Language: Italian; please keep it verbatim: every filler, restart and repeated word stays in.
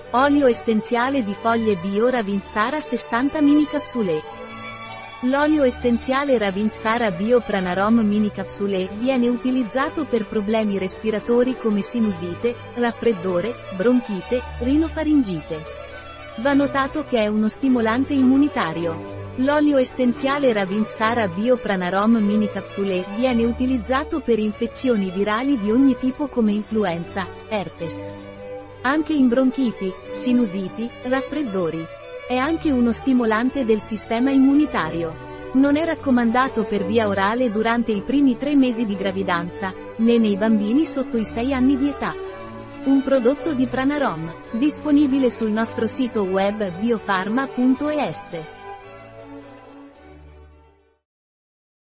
Olio essenziale di foglie bio Ravinsara sessanta mini capsule. L'olio essenziale Ravinsara Bio Pranarom Mini Capsule viene utilizzato per problemi respiratori come sinusite, raffreddore, bronchite, rinofaringite. Va notato che è uno stimolante immunitario. L'olio essenziale Ravinsara Bio Pranarom Mini Capsule viene utilizzato per infezioni virali di ogni tipo come influenza, herpes. Anche in bronchiti, sinusiti, raffreddori. È anche uno stimolante del sistema immunitario. Non è raccomandato per via orale durante i primi tre mesi di gravidanza, né nei bambini sotto i sei anni di età. Un prodotto di Pranarom, disponibile sul nostro sito web biofarma punto es.